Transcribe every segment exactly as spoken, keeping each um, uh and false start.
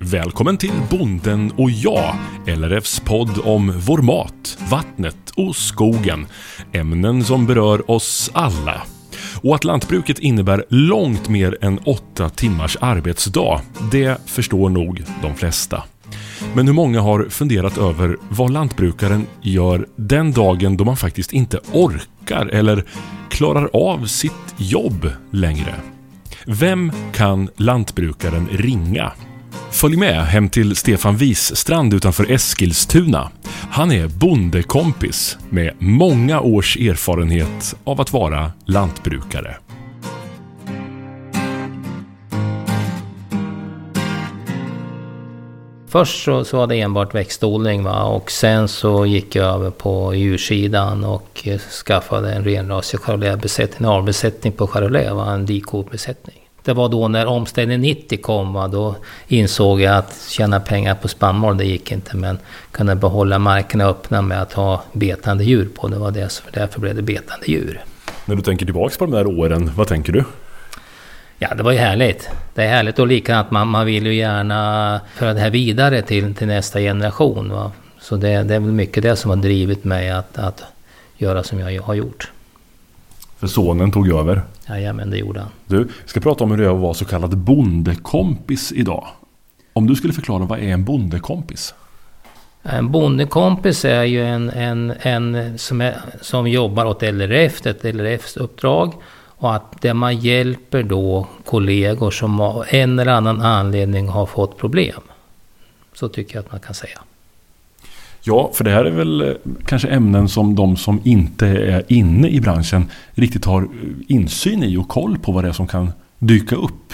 Välkommen till Bonden och jag, L R F:s podd om vår mat, vattnet och skogen. Ämnen som berör oss alla. Och att lantbruket innebär långt mer än åtta timmars arbetsdag, det förstår nog de flesta. Men hur många har funderat över vad lantbrukaren gör den dagen då man faktiskt inte orkar eller klarar av sitt jobb längre? Vem kan lantbrukaren ringa? Följ med hem till Stefan Wisstrand utanför Eskilstuna. Han är bondekompis med många års erfarenhet av att vara lantbrukare. Först så, så var det enbart växtodling, va? Och sen så gick jag över på djursidan och skaffade en renrasig charolais-besättning, en avbesättning på charolais, va? En dikobesättning. Det var då när omställning nittio kom, va? Då insåg jag att tjäna pengar på spannmål, det gick inte, men kunna behålla markerna öppna med att ha betande djur på. Det var det, så därför blev det betande djur. När du tänker tillbaka på de där åren, vad tänker du? Ja, det var ju härligt. Det är härligt och likadant att man, man vill ju gärna föra det här vidare till, till nästa generation. Va? Så det, det är väl mycket det som har drivit mig att, att göra som jag har gjort. För sonen tog över? Ja, men det gjorde han. Du, ska prata om hur det är att vara så kallad bondekompis idag. Om du skulle förklara, vad är en bondekompis? En bondekompis är ju en, en, en som, är, som jobbar åt L R F, ett L R F:s uppdrag. Och att det man hjälper då kollegor som av en eller annan anledning har fått problem. Så tycker jag att man kan säga. Ja, för det här är väl kanske ämnen som de som inte är inne i branschen riktigt har insyn i och koll på vad det är som kan dyka upp.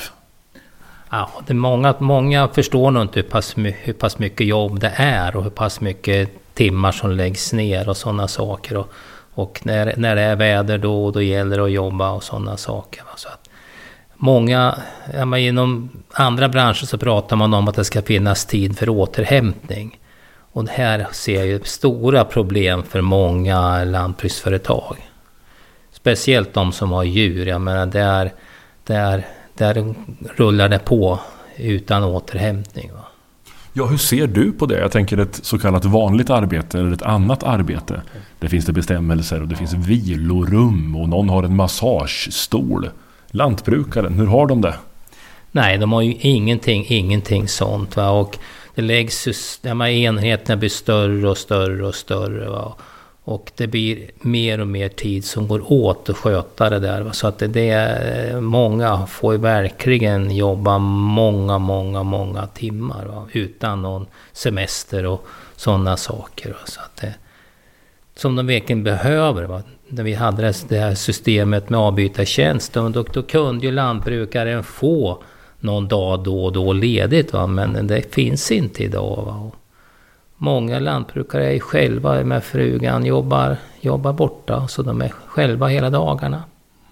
Ja, det är många, många förstår nog inte hur pass, hur pass mycket jobb det är och hur pass mycket timmar som läggs ner och sådana saker. Och Och när, när det är väder då, då gäller det att jobba och sådana saker. Så att många, ja, men inom andra branscher så pratar man om att det ska finnas tid för återhämtning. Och här ser jag ju stora problem för många lantbruksföretag. Speciellt de som har djur. Jag menar, där, där, där rullar det på utan återhämtning, va? Ja, hur ser du på det? Jag tänker ett så kallat vanligt arbete eller ett annat arbete. Det finns det bestämmelser och det finns vilorum och någon har en massagestol. Lantbrukaren, hur har de det? Nej, de har ju ingenting, ingenting sånt, va? Och det läggs, de här enheterna blir större och större och större, va? Och det blir mer och mer tid som går åt att sköta det där, va? Så att det, det är, många får ju verkligen jobba många, många, många timmar, va? Utan någon semester och sådana saker, va? Så att det, som de verkligen behöver, va? När vi hade det, det här systemet med avbytartjänst, då, då, då kunde ju lantbrukaren få någon dag då och då ledigt, va? Men det finns inte idag, va? Och många lantbrukare är själva med frugan, jobbar, jobbar borta, så de är själva hela dagarna.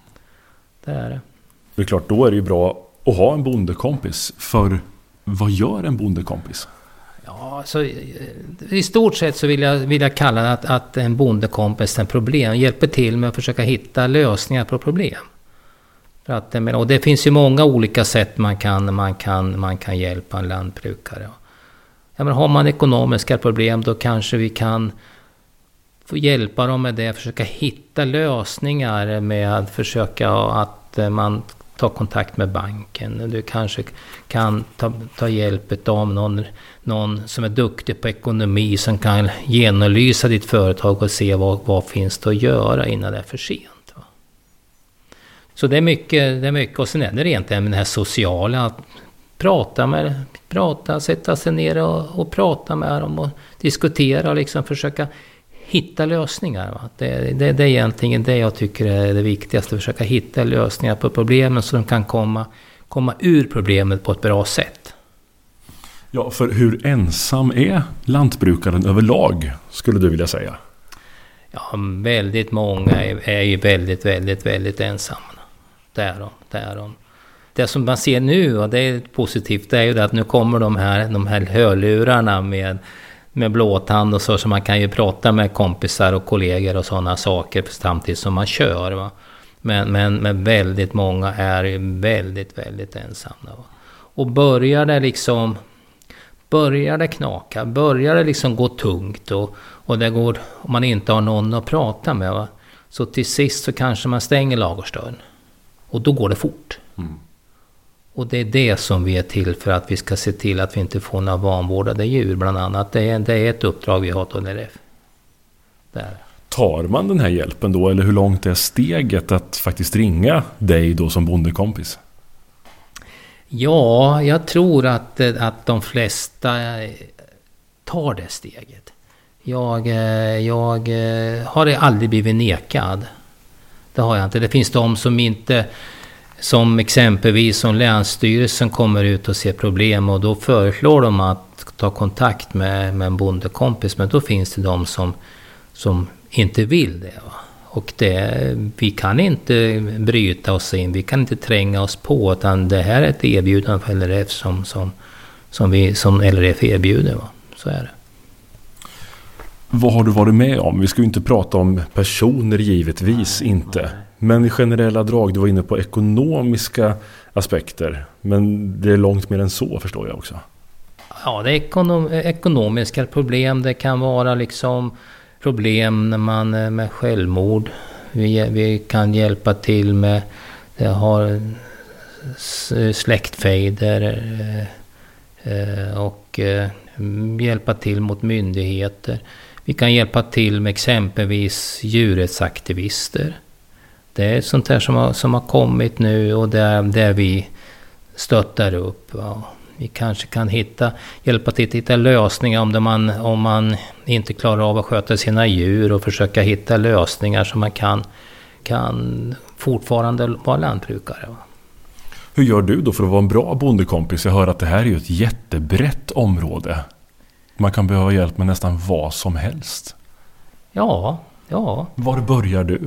Det är det. Det är klart, då är det ju bra att ha en bondekompis. För vad gör en bondekompis? Ja, så i stort sett så vill jag, vill jag kalla det att, att en bondekompis är en problem. Hjälper till med att försöka hitta lösningar på problem. För att, och det finns ju många olika sätt man kan, man kan, man kan hjälpa en lantbrukare. Ja, men har man ekonomiska problem, då kanske vi kan få hjälpa dem med det. Försöka hitta lösningar med att försöka att man tar kontakt med banken. Du kanske kan ta, ta hjälp av någon, någon som är duktig på ekonomi, som kan genomlysa ditt företag och se vad, vad finns det att göra innan det är för sent. Va? Så det är mycket, det är mycket. Och sen är det rent med den här sociala. Prata med, prata, sätta sig ner och, och prata med dem och diskutera och liksom försöka hitta lösningar. Va? Det, det, det är egentligen det jag tycker är det viktigaste, försöka hitta lösningar på problemen så de kan komma, komma ur problemet på ett bra sätt. Ja, för hur ensam är lantbrukaren överlag, skulle du vilja säga? Ja, väldigt många är, är ju väldigt, väldigt, väldigt ensamma. Det är de, det är de. Det som man ser nu, och det är positivt, det är ju det att nu kommer de här, de här hörlurarna med, med blåtand och så, så man kan ju prata med kompisar och kollegor och sådana saker samtidigt som man kör. Va? Men, men, men väldigt många är ju väldigt, väldigt ensamma. Va? Och börjar det liksom börjar det knaka, börjar det liksom gå tungt och, och det går, om man inte har någon att prata med, va? Så till sist så kanske man stänger ladugårdsdörren. Och då går det fort. Mm. Och det är det som vi är till för, att vi ska se till att vi inte får några vanvårdade djur bland annat. Det är, det är ett uppdrag vi har till L R F. Där. Tar man den här hjälpen då, eller hur långt är steget att faktiskt ringa dig då som bondekompis? Ja, jag tror att, att de flesta tar det steget. Jag, jag har aldrig blivit nekad. Det har jag inte. Det finns de som inte, som exempelvis som Länsstyrelsen kommer ut och ser problem och då föreslår de att ta kontakt med, med en bondekompis. Men då finns det de som, som inte vill det. Va? Och det, vi kan inte bryta oss in, vi kan inte tränga oss på, utan det här är ett erbjudande för L R F som, som, som, vi, som L R F erbjuder. Va? Så är det. Vad har du varit med om? Vi ska ju inte prata om personer givetvis, nej, inte. Nej. Men i generella drag, du var inne på ekonomiska aspekter. Men det är långt mer än så, förstår jag också. Ja, det är ekonom- ekonomiska problem. Det kan vara liksom problem när man med självmord. Vi, vi kan hjälpa till med, det har släktfejder och hjälpa till mot myndigheter. Vi kan hjälpa till med exempelvis djurrättsaktivister. Det är sånt här som har, som har kommit nu och där, där vi stöttar upp. Ja. Vi kanske kan hitta, hjälpa till att hitta lösningar om, det man, om man inte klarar av att sköta sina djur och försöka hitta lösningar så man kan, kan fortfarande vara lantbrukare. Va? Hur gör du då för att vara en bra bondekompis? Jag hör att det här är ju ett jättebrett område. Man kan behöva hjälp med nästan vad som helst. Ja, ja. Var börjar du?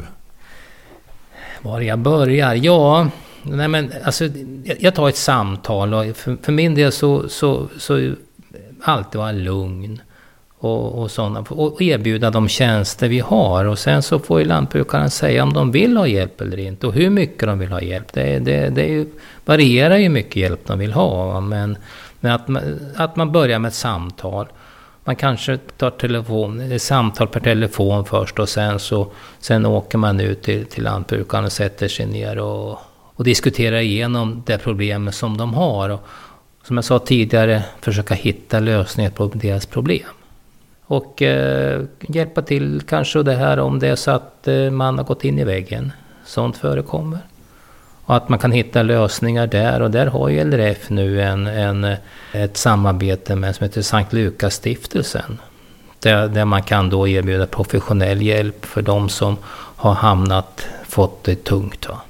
Var jag börjar? Ja, nej men alltså, jag tar ett samtal och för, för min del så, så, så alltid vara lugn och, och sådana, och erbjuda de tjänster vi har, och sen så får ju lantbrukaren säga om de vill ha hjälp eller inte och hur mycket de vill ha hjälp. Det, det, det är ju, varierar ju mycket hjälp de vill ha, men, men att, man, att man börjar med ett samtal. Man kanske tar telefon, samtal per telefon först och sen så sen åker man ut till, till lantbrukaren och sätter sig ner och, och diskuterar igenom det problemet som de har. Och, som jag sa tidigare, försöka hitta lösningar på deras problem. Och eh, hjälpa till kanske det här om det är så att eh, man har gått in i väggen. Sånt förekommer. Och att man kan hitta lösningar där. Och där har ju L R F nu en, en, ett samarbete med som heter Sankt Lukas-stiftelsen. Där, där man kan då erbjuda professionell hjälp för de som har hamnat, fått det tungt. Va?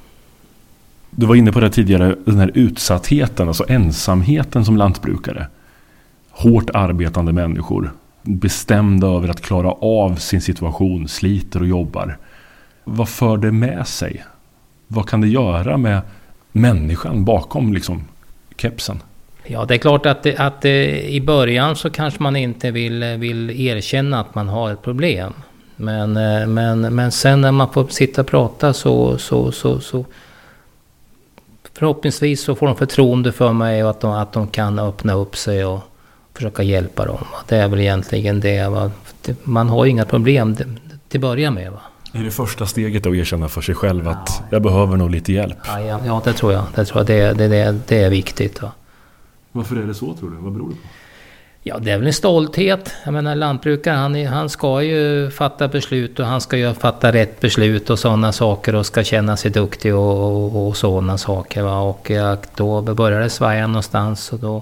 Du var inne på det tidigare, den här utsattheten, alltså ensamheten som lantbrukare. Hårt arbetande människor, bestämda över att klara av sin situation, sliter och jobbar. Vad för det med sig? Vad kan det göra med människan bakom liksom kepsen? Ja, det är klart att, det, att det, i början så kanske man inte vill, vill erkänna att man har ett problem. Men, men, men sen när man får sitta och prata så, så, så, så förhoppningsvis så får de förtroende för mig och att de, att de kan öppna upp sig och försöka hjälpa dem. Det är väl egentligen det. Va? Man har ju inga problem till att börja med. Va? Är det första steget att erkänna för sig själv att ja. jag behöver nog lite hjälp? Ja, ja, ja det tror jag. Det, tror jag. Det, det, det, det är viktigt. Va? Varför är det så, tror du? Vad beror det på? Ja, det är väl en stolthet. Jag menar, lantbrukaren, han, han ska ju fatta beslut och han ska ju fatta rätt beslut och sådana saker och ska känna sig duktig och, och, och sådana saker. Va? Och ja, då börjar det svaja någonstans och då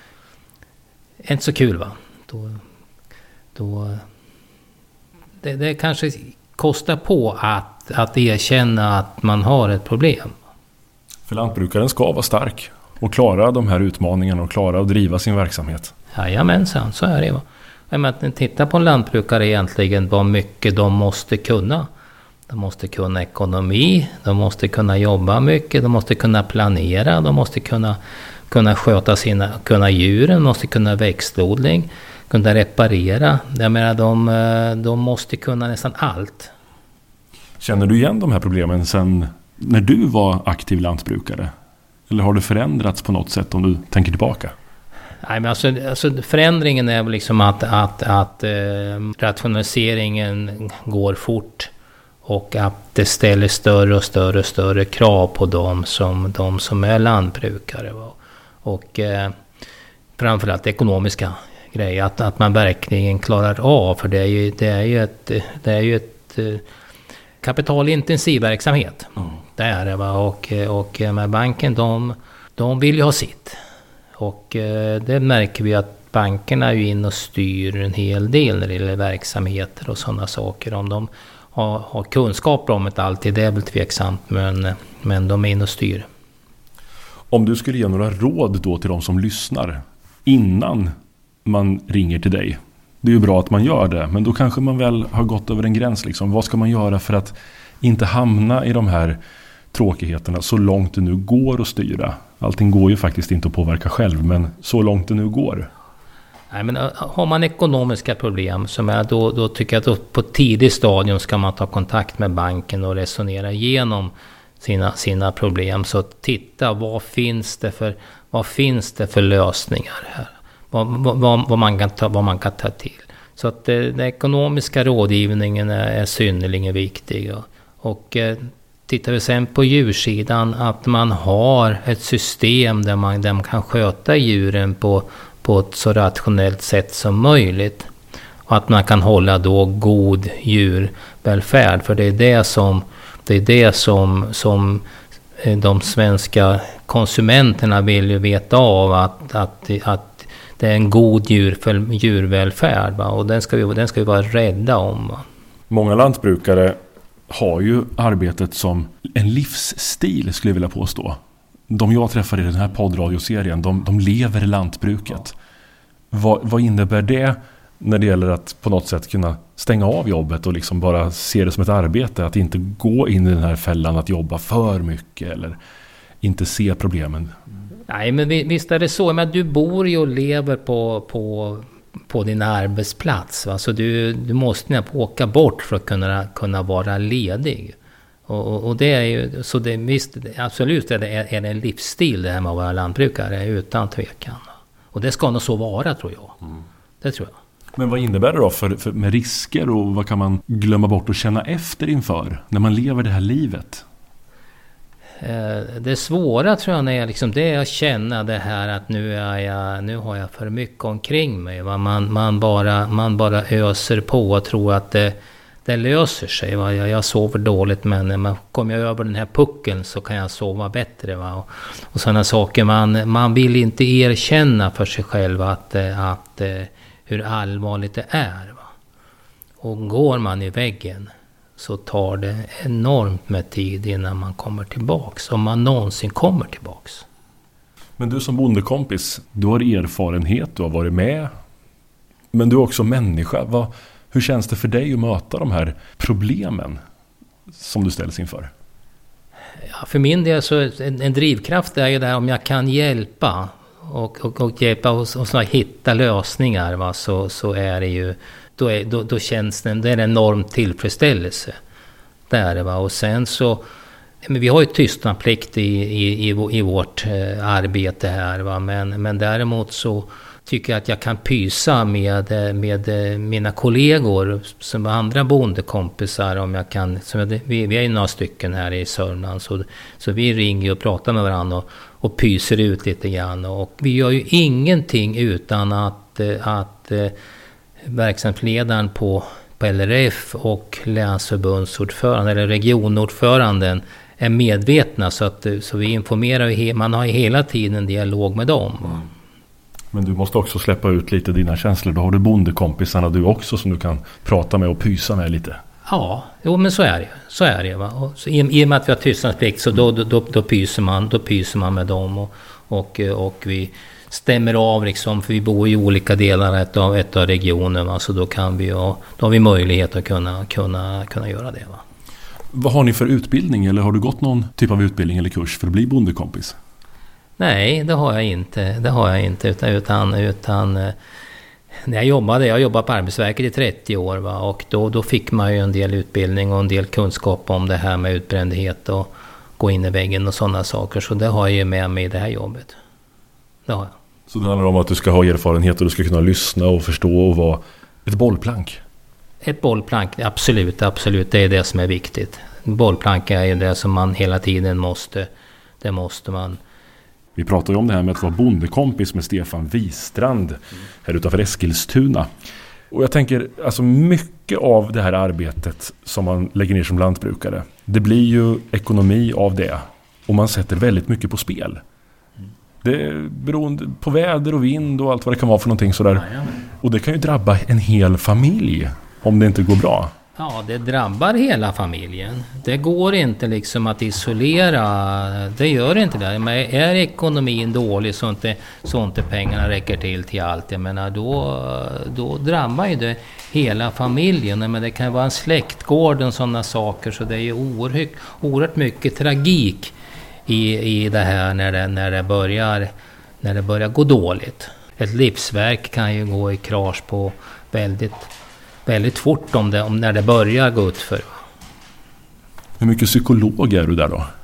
är det inte så kul. Va? Då, då, det, det kanske kostar på att, att erkänna att man har ett problem. För lantbrukaren ska vara stark och klara de här utmaningarna och klara att driva sin verksamhet. Jajamensan, så är det. Va? Jag menar, titta på en lantbrukare egentligen, vad mycket de måste kunna. De måste kunna ekonomi, de måste kunna jobba mycket, de måste kunna planera, de måste kunna, kunna sköta sina, kunna djuren, de måste kunna växtodling, kunna reparera. Jag menar, de, de måste kunna nästan allt. Känner du igen de här problemen sen när du var aktiv lantbrukare? Eller har det förändrats på något sätt om du tänker tillbaka? Nej, men alltså, alltså förändringen är väl liksom att, att, att eh, rationaliseringen går fort och att det ställer större och större och större krav på dem som, de som är lantbrukare. Va? Och eh, framförallt ekonomiska grejer, att, att man verkligen klarar av, för det är ju, det är ju ett, det är ju ett eh, kapitalintensiv verksamhet. Mm. Det är det, va? Och, och med banken, de, de vill ju ha sitt. Och eh, det märker vi att bankerna är ju in och styr en hel del när det gäller verksamheter och sådana saker. Om de har, har kunskaper om det alltid, det är väl tveksamt, men, men de är in och styr. Om du skulle ge några råd då till de som lyssnar innan man ringer till dig. Det är ju bra att man gör det, men då kanske man väl har gått över en gräns. Liksom. Vad ska man göra för att inte hamna i de här tråkigheterna så långt det nu går att styra? Allting går ju faktiskt inte att påverka själv, men så långt det nu går. Nej, men har man ekonomiska problem, som är, då, då tycker jag att då på tidigt stadium ska man ta kontakt med banken och resonera igenom sina, sina problem. Så titta, vad finns det för, vad finns det för lösningar här? Vad, vad, vad, man kan ta, vad man kan ta till. Så att det, den ekonomiska rådgivningen är, är synnerligen viktig. Och, och tittar vi sen på djursidan, att man har ett system där man, där man kan sköta djuren på, på ett så rationellt sätt som möjligt. Och att man kan hålla då god djurvälfärd. För det är det som, det är det som, som de svenska konsumenterna vill ju veta av. Att, att, att det är en god djur, djurvälfärd. Va? Och den ska, vi, den ska vi vara rädda om. Va? Många lantbrukare har ju arbetet som en livsstil, skulle jag vilja påstå. De jag träffar i den här poddradioserien, de, de lever i lantbruket. Vad, vad innebär det när det gäller att på något sätt kunna stänga av jobbet och liksom bara se det som ett arbete? Att inte gå in i den här fällan att jobba för mycket eller inte se problemen. Nej, men visst är det så. Men du bor ju och lever på, på, på din arbetsplats. Va? Så du, du måste åka bort för att kunna, kunna vara ledig. Och, och, och det är ju, så det, visst, absolut är det, är det en livsstil det här med att vara lantbrukare, utan tvekan. Och det ska nog så vara, tror jag. Mm. Det tror jag. Men vad innebär det då för, för, med risker, och vad kan man glömma bort och känna efter inför när man lever det här livet? Det svåra tror jag är liksom det att känna det här att nu, är jag, nu har jag för mycket omkring mig. Va? Man, man, bara, man bara öser på och tror att det, det löser sig. Va? Jag, jag sover dåligt, men när man kommer över den här puckeln så kan jag sova bättre. Va? Och, och sådana saker. Man, man vill inte erkänna för sig själv att, att, hur allvarligt det är. Va? Och går man i väggen så tar det enormt med tid innan man kommer tillbaks. Om man någonsin kommer tillbaks. Men du som bondekompis, du har erfarenhet, du har varit med. Men du är också människa. Vad, hur känns det för dig att möta de här problemen som du ställs inför? Ja, för min del så en, en drivkraft är ju det här om jag kan hjälpa. Och, och, och hjälpa och, och hitta lösningar. Va, så, så är det ju... Då, är, då, då känns det, det är en enorm tillfredsställelse. Där, va? Och sen så, men vi har ju tystnadsplikt i, i, i, i vårt eh, arbete här. Va? Men, men däremot så tycker jag att jag kan pysa med, med mina kollegor som andra bondekompisar. Om jag kan, som vi, vi är några stycken här i Sörmland. Så, så vi ringer och pratar med varandra och, och pyser ut lite grann. Och vi gör ju ingenting utan att... att verksamhetsledaren på, på L R F och länsförbundsordföranden eller regionordföranden är medvetna, så att så vi informerar, man har hela tiden en dialog med dem. Mm. Men du måste också släppa ut lite dina känslor. Då har du bondekompisarna du också som du kan prata med och pysa med lite. Ja, jo, men så är det. Så är det, va? Och så, i, I och med att vi har tystnadsplikt så då, då, då, då, pyser man, då pyser man med dem och, och, och vi stämmer av liksom, för vi bor i olika delar ett av, ett av regionen, va? Så då, kan vi, då har vi möjlighet att kunna, kunna, kunna göra det. Va? Vad har ni för utbildning, eller har du gått någon typ av utbildning eller kurs för att bli bondekompis? Nej, det har jag inte. Det har jag inte utan, utan, utan när jag jobbade, jag jobbade på Arbetsverket i trettio år, va? Och då, då fick man ju en del utbildning och en del kunskap om det här med utbrändhet och gå in i väggen och sådana saker. Så det har jag ju med mig i det här jobbet. Det har jag. Så det handlar om att du ska ha erfarenhet och du ska kunna lyssna och förstå och vara ett bollplank? Ett bollplank, absolut, absolut. Det är det som är viktigt. Bollplank är ju det som man hela tiden måste, det måste man. Vi pratar ju om det här med att vara bondekompis med Stefan Wistrand här utanför Eskilstuna. Och jag tänker, alltså mycket av det här arbetet som man lägger ner som lantbrukare, det blir ju ekonomi av det. Och man sätter väldigt mycket på spel. Det är beroende på väder och vind och allt vad det kan vara för någonting sådär. Och det kan ju drabba en hel familj om det inte går bra. Ja, det drabbar hela familjen. Det går inte liksom att isolera. Det gör inte det. Men är ekonomin dålig så inte, så inte pengarna räcker till till allt. Jag menar, då, då drabbar ju det hela familjen. Men det kan vara en släktgård och sådana saker. Så det är ju oerhört, oerhört mycket tragik i, i det här när det, när, det börjar, när det börjar gå dåligt. Ett livsverk kan ju gå i krasch på väldigt... väldigt fort om det, om när det börjar gå ut för. Hur mycket psykolog är du där då?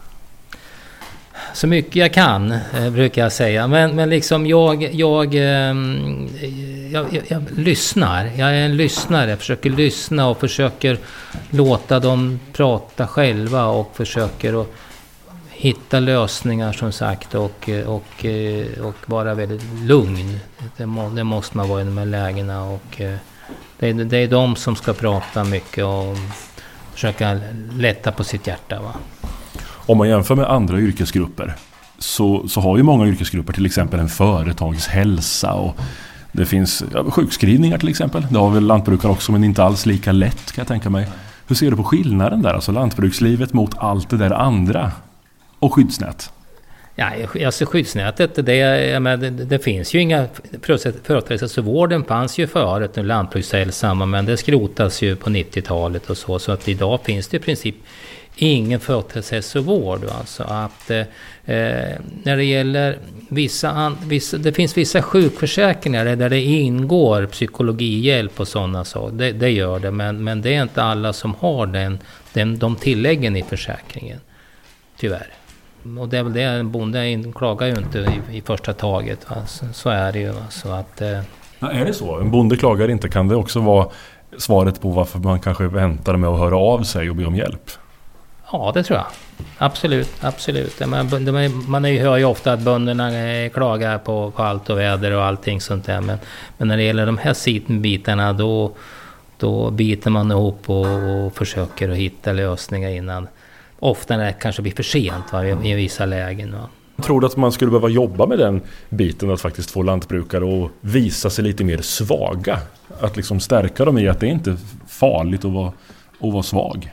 Så mycket jag kan, eh, brukar jag säga. Men, men liksom jag, jag, eh, jag, jag, jag lyssnar. Jag är en lyssnare. Jag försöker lyssna och försöker låta dem prata själva. Och försöker att hitta lösningar som sagt. Och, och, och vara väldigt lugn. Det, må, det måste man vara i de här lägena. Och... Det är, det är de som ska prata mycket och försöka lätta på sitt hjärta. Va? Om man jämför med andra yrkesgrupper så, så har ju många yrkesgrupper till exempel en företagshälsa och det finns ja, sjukskrivningar till exempel. Det har väl lantbrukare också men inte alls lika lätt kan jag tänka mig. Hur ser du på skillnaden där? Alltså lantbrukslivet mot allt det där andra och skyddsnät? Ja, alltså skyddsnätet, det, jag menar, det, det finns ju inga företagshälsovården fanns ju förut, nu lantbrukshälsan, men det skrotas ju på nittiotalet och så, så att idag finns det i princip ingen företagshälsovård. Alltså att eh, när det gäller vissa, vissa, det finns vissa sjukförsäkringar där det ingår psykologihjälp och sådana saker, det, det gör det, men, men det är inte alla som har den, den, de tilläggen i försäkringen, tyvärr. Och det är väl det, en bonde klagar ju inte i, i första taget. Va? Så, så är det ju. Va? Så att, eh... ja, är det så? En bonde klagar inte. Kan det också vara svaret på varför man kanske väntar med att höra av sig och be om hjälp? Ja, det tror jag. Absolut, absolut. Man, man hör ju ofta att bönderna klagar på, på allt och väder och allting sånt där. Men, men när det gäller de här bitarna då, då biter man ihop och, och försöker att hitta lösningar innan. Ofta när det kanske blir för sent, va, i, i vissa lägen. Va. Jag tror att man skulle behöva jobba med den biten att faktiskt få lantbrukare att visa sig lite mer svaga. Att liksom stärka dem i att det är inte farligt att vara, att vara svag.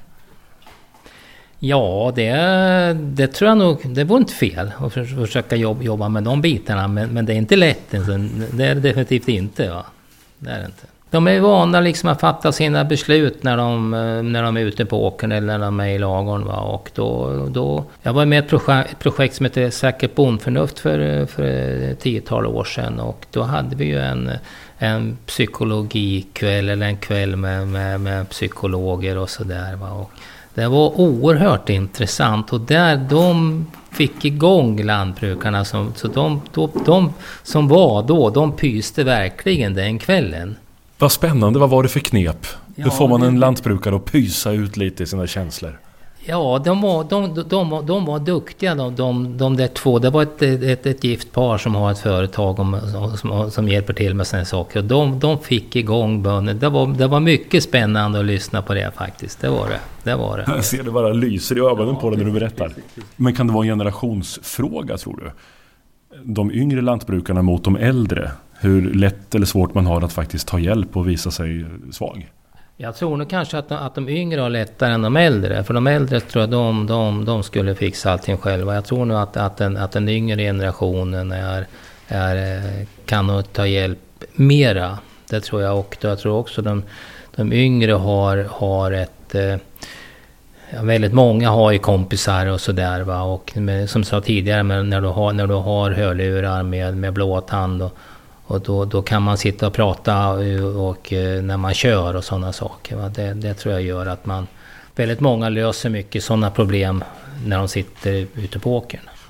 Ja, det, det tror jag nog, det var inte fel att försöka jobba, jobba med de bitarna. Men, men det är inte lätt, det är det definitivt inte. Va. Det är det inte. De är vana liksom att fatta sina beslut när de, när de är ute på åkern eller när de är i lagorn. Va? Och då, då, jag var med i ett projekt, ett projekt som heter Säkert bondförnuft för, för ett tiotal år sedan. Och då hade vi ju en, en psykologikväll eller en kväll med, med, med psykologer och sådär. Och det var oerhört intressant och där de fick igång lantbrukarna. Som, så de, de, de som var då, de pyste verkligen den kvällen. Vad spännande, vad var det för knep? Ja, Hur får man en det... lantbrukare att pysa ut lite i sina känslor? Ja, de var, de, de, de, de var duktiga, de, de, de där två. Det var ett, ett, ett gift par som har ett företag om, som, som hjälper till med sådana saker. De, de fick igång bönen. Det var, det var mycket spännande att lyssna på det faktiskt. Det var det. Det var det. Jag ser det bara lyser i ögonen ja, på det när du berättar. Men kan det vara en generationsfråga, tror du? De yngre lantbrukarna mot de äldre. Hur lätt eller svårt man har att faktiskt ta hjälp och visa sig svag. Jag tror nog kanske att de, att de yngre har lättare än de äldre. För de äldre tror jag de, de, de skulle fixa allting själva. Jag tror nog att, att, den, att den yngre generationen är, är, kan nog ta hjälp mera. Det tror jag. Och jag tror också de, de yngre har, har ett... Ja, väldigt många har ju kompisar och sådär. Va? Och med, som jag sa tidigare, men när, du har, när du har hörlurar med, med blåtand och Och då, då kan man sitta och prata och, och när man kör och sådana saker. Va? Det, det tror jag gör att man... Väldigt många löser mycket sådana problem när de sitter ute på åkern.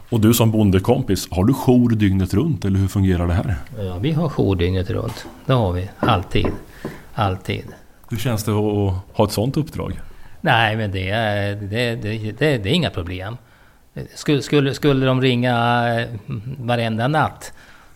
Och du som bondekompis, har du jour dygnet runt eller hur fungerar det här? Ja, vi har jour dygnet runt. Det har vi. Alltid. Alltid. Hur känns det att ha ett sånt uppdrag? Nej, men det är, det, det, det, det är inga problem. Skulle, skulle, skulle de ringa varenda natt,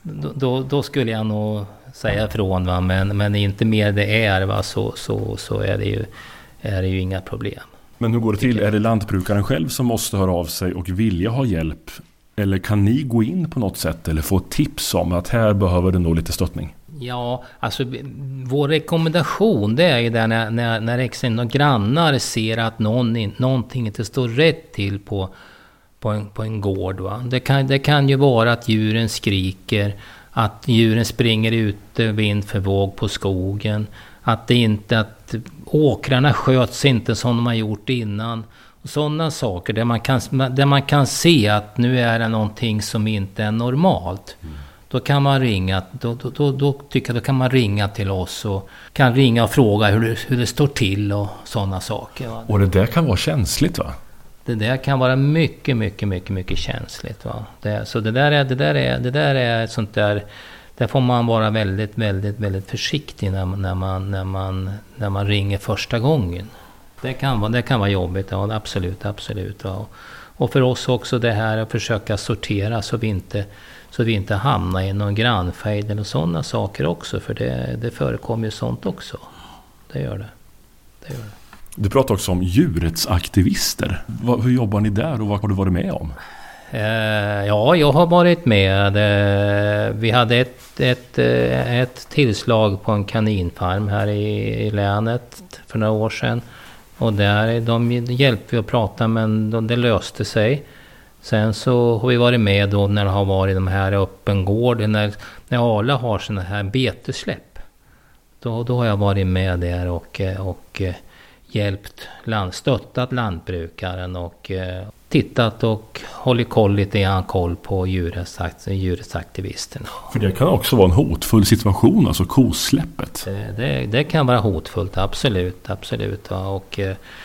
då, då skulle jag nog säga ifrån. Va? Men, men inte mer det är, va? Så, så, så är, det ju, är det ju inga problem. Men hur går det till? Är det lantbrukaren själv som måste höra av sig och vilja ha hjälp? Eller kan ni gå in på något sätt eller få tips om att här behöver det nog lite stöttning? Ja, alltså vår rekommendation det är ju där när, när, när exempelvis och grannar ser att någon, någonting inte står rätt till på, på, en, på en gård. Va? Det, kan, det kan ju vara att djuren skriker, att djuren springer ute vind för våg på skogen, att det inte att åkrarna sköts inte som de har gjort innan. Sådana saker där man, kan, där man kan se att nu är det någonting som inte är normalt. Mm. Då kan man ringa, då, då, då, då tycker jag då kan man ringa till oss och kan ringa och fråga hur det, hur det står till och sådana saker. Va? Och det där kan vara känsligt, va? Det där kan vara mycket, mycket, mycket, mycket känsligt. Va? Det, så det där är, det där är, det där är ett sånt där, där får man vara väldigt, väldigt, väldigt försiktig när, när, man, när, man, när man ringer första gången. Det kan vara, det kan vara jobbigt, ja, absolut, absolut. Ja. Och för oss också det här att försöka sortera så vi inte, så vi inte hamnar i någon grannfejd eller sådana saker också. För det, det förekommer ju sånt också. Det gör det. det, gör det. Du pratar också om djurrättsaktivister. Hur jobbar ni där och vad har du varit med om? Eh, ja, jag har varit med. Eh, vi hade ett, ett, ett tillslag på en kaninfarm här i, i länet för några år sedan. Och där de hjälpte vi att prata, men de, det löste sig. Sen så har vi varit med då när det har varit de här öppen gård, när, när alla har såna här betesläpp. Då, då har jag varit med där och, och hjälpt, land, stöttat lantbrukaren och tittat och hållit koll lite grann koll på djurrättsaktivisterna. För det kan också vara en hotfull situation, alltså kosläppet. Det, det, det kan vara hotfullt, absolut, absolut. Och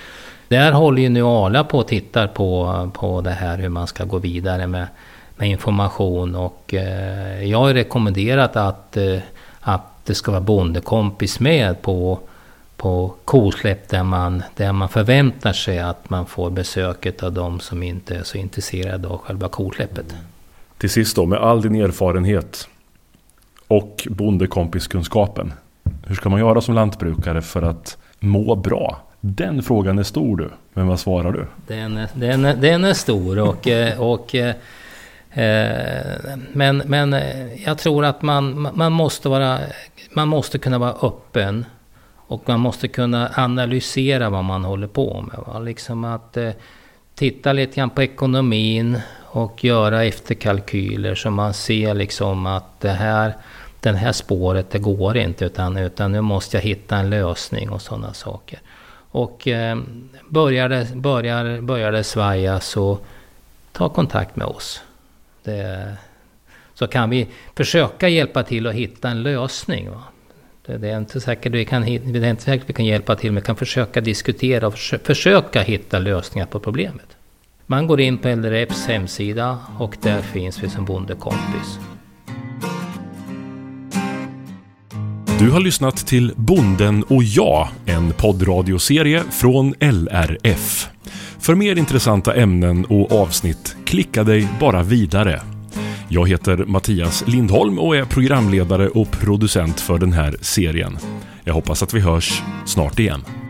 där håller ju nu Arla på och tittar på, på det här hur man ska gå vidare med, med information. Och eh, jag har rekommenderat att, eh, att det ska vara bondekompis med på, på kosläpp där man, där man förväntar sig att man får besöket av de som inte är så intresserade av själva kosläppet. Till sist då, med all din erfarenhet och bondekompiskunskapen, hur ska man göra som lantbrukare för att må bra? Den frågan är stor du, men vad svarar du? Den är, den är, den är stor och, och eh, men, men jag tror att man, man, måste vara, man måste kunna vara öppen och man måste kunna analysera vad man håller på med. Va? Liksom att eh, titta lite grann på ekonomin och göra efterkalkyler så man ser liksom att det här, den här spåret det går inte utan, utan nu måste jag hitta en lösning och sådana saker. Och eh, börjar, det, börjar, börjar det svaja så ta kontakt med oss. Det, så kan vi försöka hjälpa till att hitta en lösning. Va? Det, det, är inte säkert vi kan, det är inte säkert vi kan hjälpa till, men vi kan försöka diskutera och försöka, försöka hitta lösningar på problemet. Man går in på L R F:s hemsida och där finns vi som bondekompis. Du har lyssnat till Bonden och jag, en poddradioserie från L R F. För mer intressanta ämnen och avsnitt, klicka dig bara vidare. Jag heter Mattias Lindholm och är programledare och producent för den här serien. Jag hoppas att vi hörs snart igen.